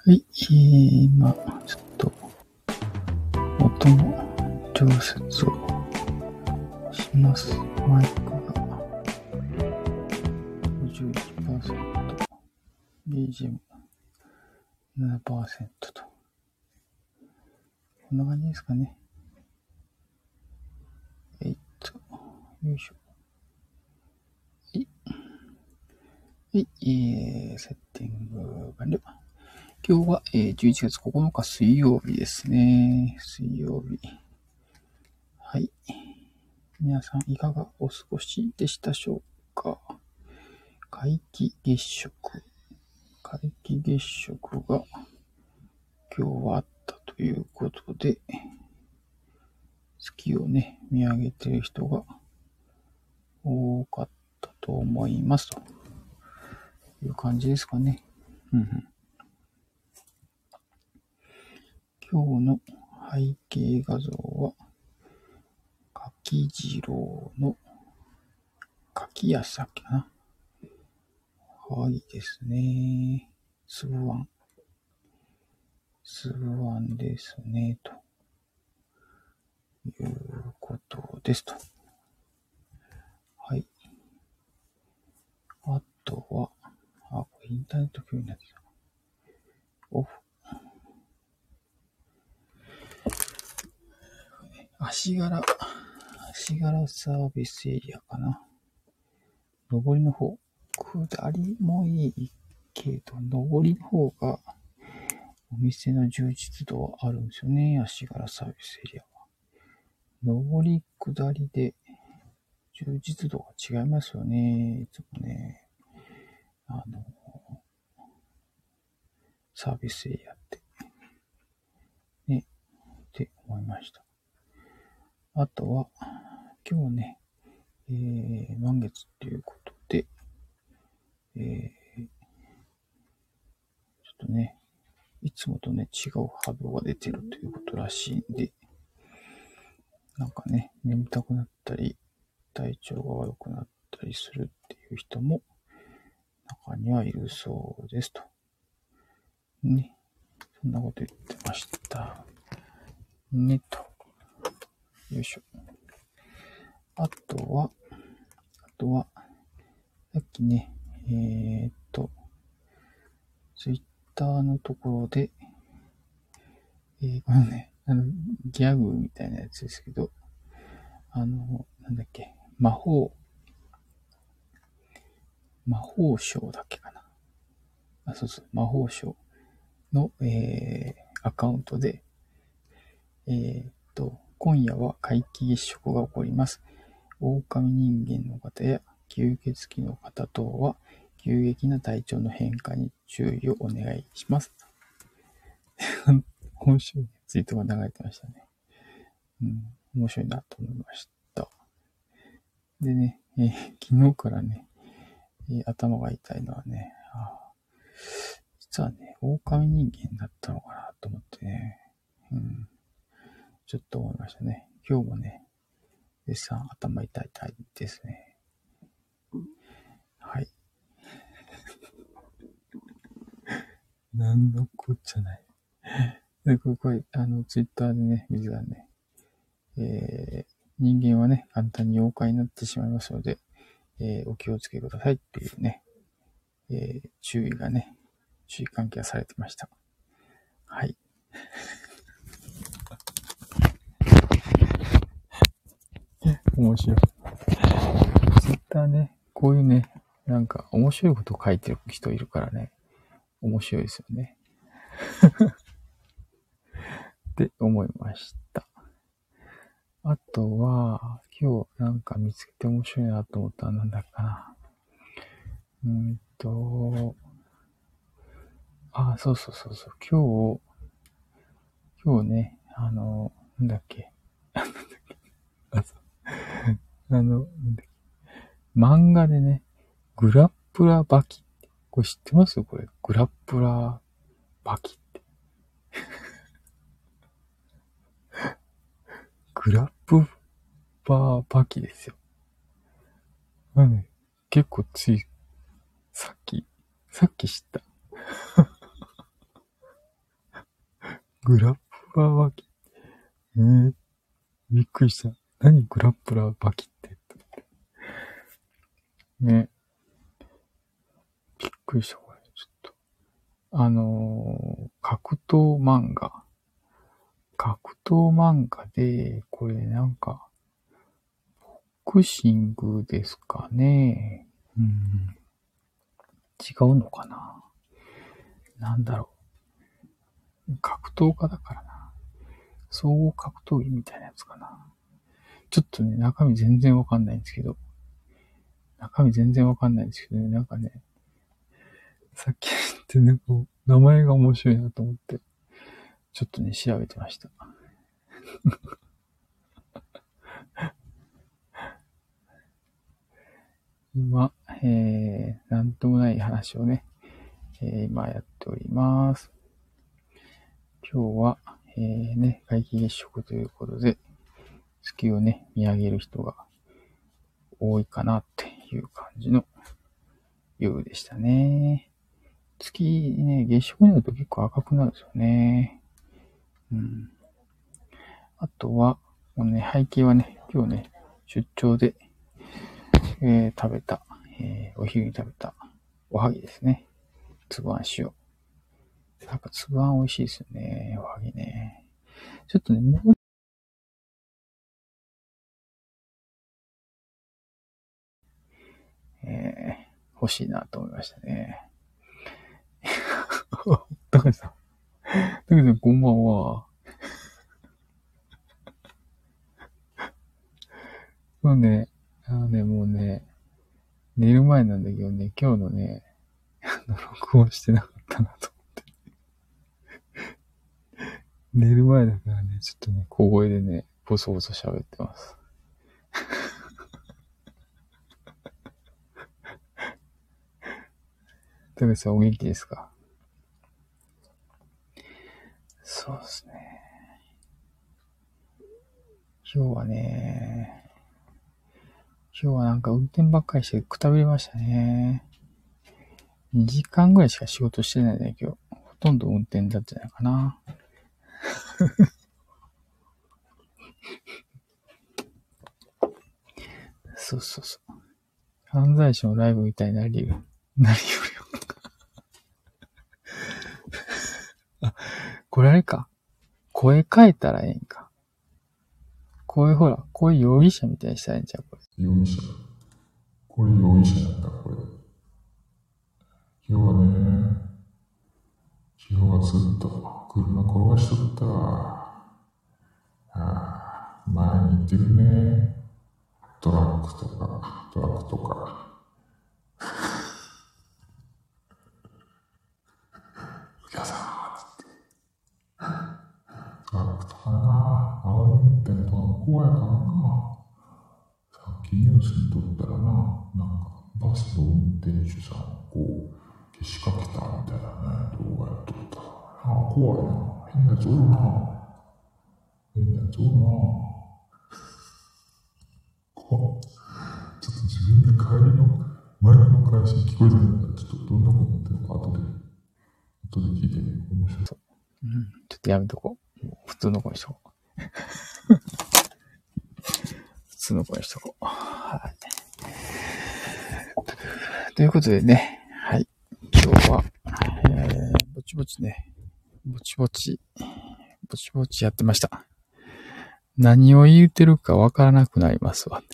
はい、今、ちょっと、音の調節をします。マイクが 51%、BGM7% と。こんな感じですかね。よいしょ。はい、セッティング完了。今日は、11月9日水曜日ですね。水曜日。はい。皆さんいかがお過ごしでしたでしょうか。皆既月食が今日はあったということで、月をね、見上げてる人が多かったと思いますという感じですかね。今日の背景画像は、柿次郎の柿屋さっけな。はいですね。つぶあんですね、ということですと。はい。あとは、これインターネット共有になってた。オフ。足柄サービスエリアかな。上りの方。下りもいいけど、上りの方がお店の充実度はあるんですよね。足柄サービスエリアは。上り下りで充実度が違いますよね。いつもね。サービスエリアって。ね。って思いました。あとは、今日ね、満月っていうことで、ちょっとね、いつもとね、違う波動が出てるということらしいんで、なんかね、眠たくなったり、体調が悪くなったりするっていう人も中にはいるそうですと。ね。そんなこと言ってました。ねと。よいしょ。あとは、さっきね、ツイッターのところで、これね、ギャグみたいなやつですけど、なんだっけ、魔法省だっけかな。そうそう、魔法省の、アカウントで、今夜は皆既月食が起こります。狼人間の方や吸血鬼の方等は急激な体調の変化に注意をお願いします。今週ツイートが流れてましたね。面白いなと思いました。でね、昨日からね、頭が痛いのはね、実はね、狼人間だったのかなと思ってね、ちょっと思いましたね。今日もね、絶賛頭痛いですね。はい。なんのこっちゃない。で、これ、ツイッターでね、見てたね、人間はね、簡単に妖怪になってしまいますので、お気をつけくださいっていうね、注意喚起がされてました。はい。面白い。ツイッターね、こういうね、なんか面白いことを書いてる人いるからね、面白いですよね。って思いました。あとは、今日なんか見つけて面白いなと思ったらなんだっけかな。そうそう。今日ね、なんだっけ。なんだっけ漫画でね、グラップラバキって。これ知ってますこれ。グラップラバキって。グラップバキですよ。結構さっき知った。 グラップラーバキ。びっくりした。何グラップラーバキって。ね。びっくりした、これ。ちょっと。格闘漫画。格闘漫画で、これなんか、ボクシングですかね。違うのかな。なんだろう。格闘家だからな。総合格闘技みたいなやつかな。ちょっとね、中身全然わかんないんですけど、なんかね、さっき言ってね、名前が面白いなと思って、ちょっとね、調べてました。今、なんともない話をね、今やっております。今日は、ね、皆既月食ということで、月をね、見上げる人が多いかなっていう感じの夜でしたね。月ね、月食になると結構赤くなるんですよね。あとは、もうね、背景はね、今日ね、出張で、食べた、お昼に食べたおはぎですね。つぶあん塩。やっぱつぶあん美味しいですよね、おはぎね。ちょっとね、もう、欲しいなと思いましたね。高橋さん。高橋さん、こんばんは。もうね、もうね、寝る前なんだけどね、今日のね、録音してなかったなと思って。寝る前だからね、ちょっとね、小声でね、ボソボソ喋ってます。高橋さん、お元気ですか？そうですね。今日はなんか運転ばっかりしてくたびれましたね。2時間ぐらいしか仕事してないね、今日。ほとんど運転だったんじゃないかな。そうそうそう。犯罪者のライブみたいになりよるよ。あ、これあれか。声変えたらええんか。声ほら、声容疑者みたいにしたらええんちゃうこれ。 容疑者。これ容疑者やった、これ。今日はね、今日はずっと車転がしとったわ。前に行ってるね。トラックとか。お客さん、つって。トラックとかな、青運転とか怖いからな。さっきニュースにとったらな、なんかバスの運転手さんをこう、けしかけたみたいなね、動画やっとった。怖いな。変なやつおるな。怖っ。ちょっと自分で帰りのマイクの返し聞こえてるから、ちょっとどんなこと言ってるのか後で聞いてみる。面白い。 ちょっとやめとこう。普通の声にしとこう。普通の声にしとこう。はい。ということでね、はい。今日は、ぼちぼちね、ぼちぼちやってました。何を言ってるかわからなくなりますわ。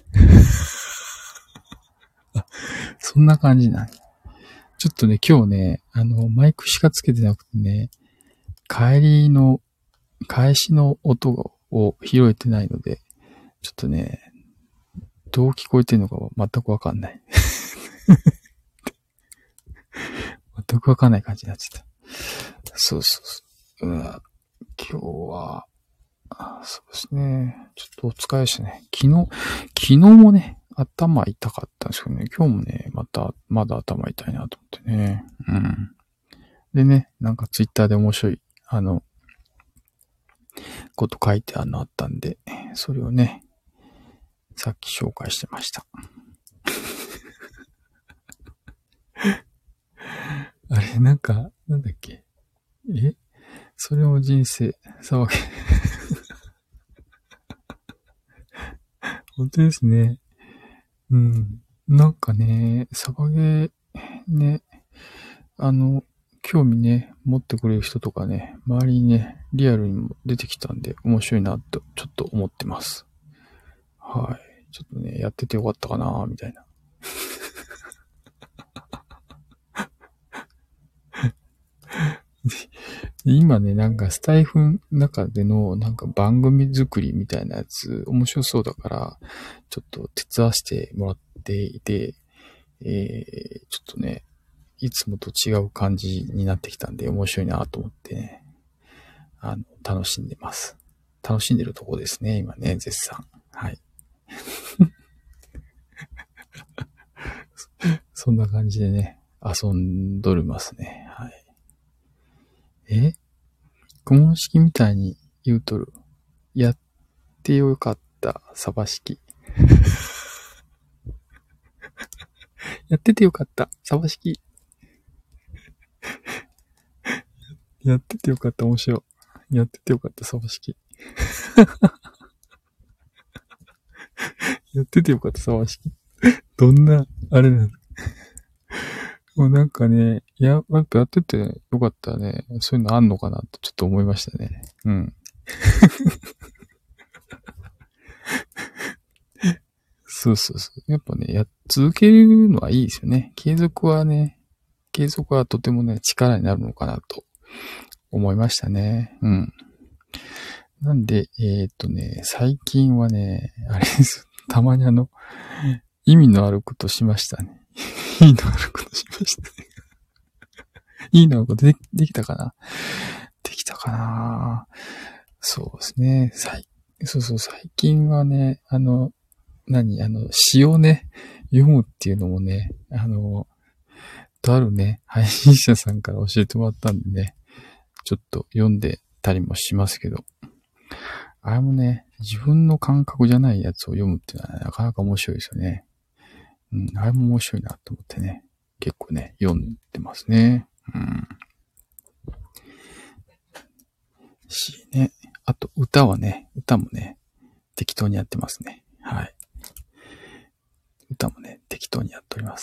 そんな感じなんや。ちょっとね、今日ね、マイクしかつけてなくてね、返しの音を拾えてないので、ちょっとね、どう聞こえてるのかは全くわかんない。全くわかんない感じになっちゃった。そうそうそう。今日は、そうですね。ちょっとお疲れでしたね。昨日もね、頭痛かったんですけどね、今日もね、まだ頭痛いなと思ってね。うん。でね、なんかツイッターで面白い、こと書いてあったんで、それをね、さっき紹介してました。あれ、なんだっけそれも人生、騒げ。本当ですね。うん。なんかね、騒げ、ね、興味ね、持ってくれる人とかね、周りにね、リアルにも出てきたんで、面白いなと、ちょっと思ってます。はい。ちょっとね、やっててよかったかなみたいな。今ね、なんかスタイフの中でのなんか番組作りみたいなやつ面白そうだから、ちょっと手伝わせてもらっていて、ちょっとね、いつもと違う感じになってきたんで面白いなと思ってね、楽しんでます。楽しんでるとこですね、今ね、絶賛。はい。そんな感じでね、遊んどりますね。はい。公文式みたいに言うとる。やってよかった、サバ式。やっててよかった、サバ式。やっててよかった、面白い。やっててよかった、サバ式。やっててよかった、サバ式。どんな、あれなんですか。もうなんかね、やっぱやっててよかったね。そういうのあんのかなとちょっと思いましたね。うん。そうそうそう。やっぱね、続けるのはいいですよね。継続はとてもね、力になるのかなと思いましたね。うん。なんで、最近はね、あれです。たまに意味のあることしましたね。意味のあることしましたね。意味のあることできたかな。できたかな。そうですね。最近はね、詩をね、読むっていうのもね、とあるね、配信者さんから教えてもらったんでね、ちょっと読んでたりもしますけど、あれもね、自分の感覚じゃないやつを読むっていうのは、ね、なかなか面白いですよね。うん、あれも面白いなと思ってね、結構ね、読んでますね。うん。ね。あと、歌もね、適当にやってますね。はい。歌もね、適当にやっております。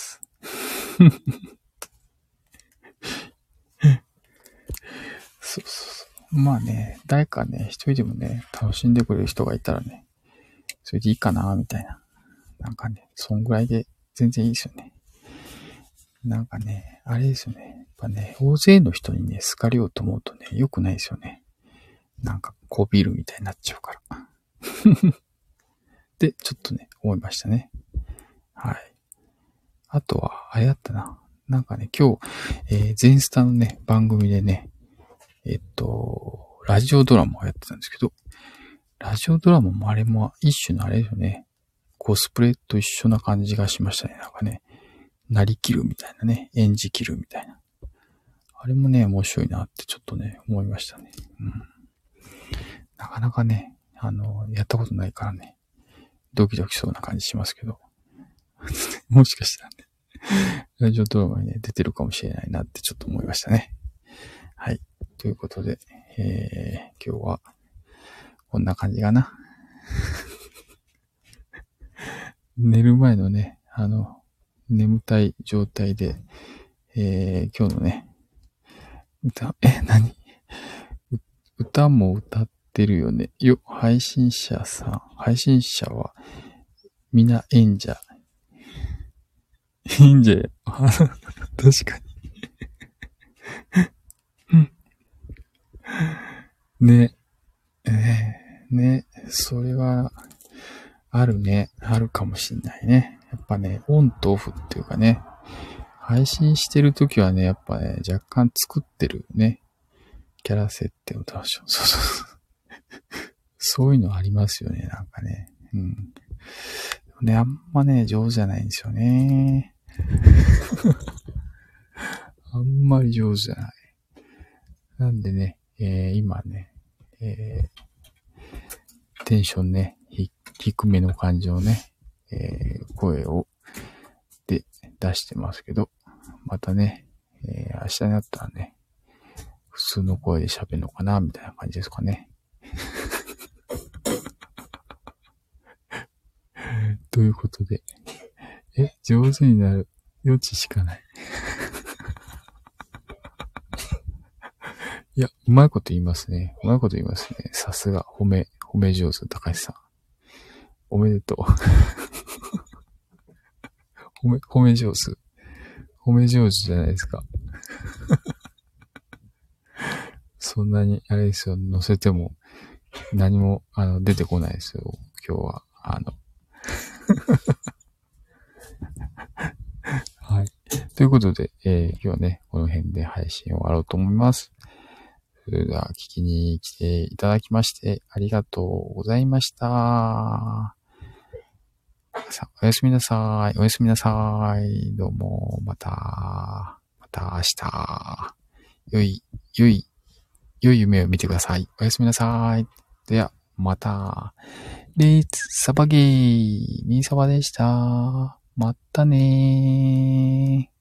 そうそうそう。まあね、誰かね、一人でもね、楽しんでくれる人がいたらね、それでいいかな、みたいな。なんかね、そんぐらいで全然いいですよね。なんかね、あれですよね。やっぱね、大勢の人にね、好かれようと思うとね、良くないですよね。なんか、こびるみたいになっちゃうから。で、ちょっとね、思いましたね。はい。あとは、あれだったな。なんかね、今日、ゼンスタのね、番組でね、ラジオドラマをやってたんですけど、ラジオドラマもあれも一種のあれですよね。コスプレと一緒な感じがしましたね。なんかね、なりきるみたいなね、演じきるみたいな。あれもね、面白いなってちょっとね、思いましたね。うん。なかなかね、やったことないからね、ドキドキそうな感じしますけど。もしかしたらね、ラジオドラマにね、出てるかもしれないなってちょっと思いましたね。はい。ということで、今日は、こんな感じかな。寝る前のね、眠たい状態で、今日のね、歌も歌ってるよね。配信者は、みんな演者。演者や。確かに。ね。ね。それは、あるね。あるかもしんないね。やっぱね、オンとオフっていうかね、配信してるときはね、やっぱね、若干作ってるね、キャラ設定を楽しむ。そういうのありますよね、なんかね。うん。ね、あんまね、上手じゃないんですよね。あんまり上手じゃない。なんでね、今ね、テンションね、低めの感じをね、声を出してますけど、またね、明日になったらね、普通の声で喋るのかなみたいな感じですかね。ということで。上手になる余地しかない。いや、うまいこと言いますね。うまいこと言いますね。さすが、褒め上手、高橋さん。おめでとう。褒め上手。褒め上手じゃないですか。そんなに、あれですよ、載せても、何も、出てこないですよ、今日は。はい。ということで、今日はね、この辺で配信を終わろうと思います。それでは、聞きに来ていただきまして、ありがとうございました。おやすみなさい。おやすみなさい。どうも、また明日。良い夢を見てください。おやすみなさい。では、また。レッツサバゲー。ミーサバでした。またねー。